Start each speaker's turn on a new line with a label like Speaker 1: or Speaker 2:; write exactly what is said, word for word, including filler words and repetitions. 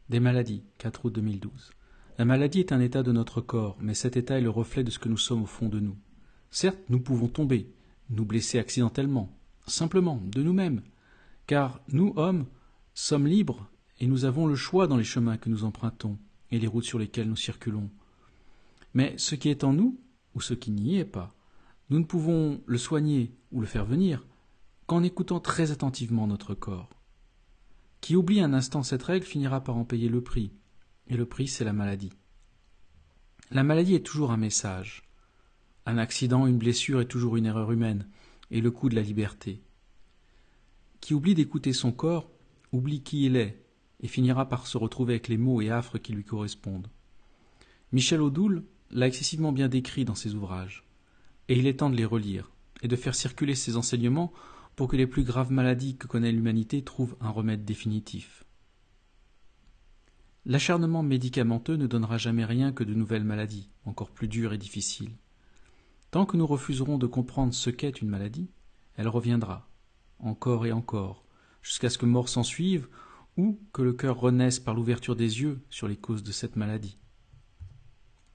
Speaker 1: Des maladies, quatre août deux mille douze. La maladie est un état de notre corps, mais cet état est le reflet de ce que nous sommes au fond de nous. Certes, nous pouvons tomber, nous blesser accidentellement, simplement, de nous-mêmes, car nous, hommes, sommes libres et nous avons le choix dans les chemins que nous empruntons et les routes sur lesquelles nous circulons. Mais ce qui est en nous, ou ce qui n'y est pas, nous ne pouvons le soigner ou le faire venir qu'en écoutant très attentivement notre corps. Qui oublie un instant cette règle finira par en payer le prix, et le prix c'est la maladie. La maladie est toujours un message. Un accident, une blessure est toujours une erreur humaine, et le coût de la liberté. Qui oublie d'écouter son corps, oublie qui il est, et finira par se retrouver avec les maux et affres qui lui correspondent. Michel Odoul l'a excessivement bien décrit dans ses ouvrages, et il est temps de les relire, et de faire circuler ses enseignements pour que les plus graves maladies que connaît l'humanité trouvent un remède définitif. L'acharnement médicamenteux ne donnera jamais rien que de nouvelles maladies, encore plus dures et difficiles. Tant que nous refuserons de comprendre ce qu'est une maladie, elle reviendra, encore et encore, jusqu'à ce que mort s'ensuive ou que le cœur renaisse par l'ouverture des yeux sur les causes de cette maladie.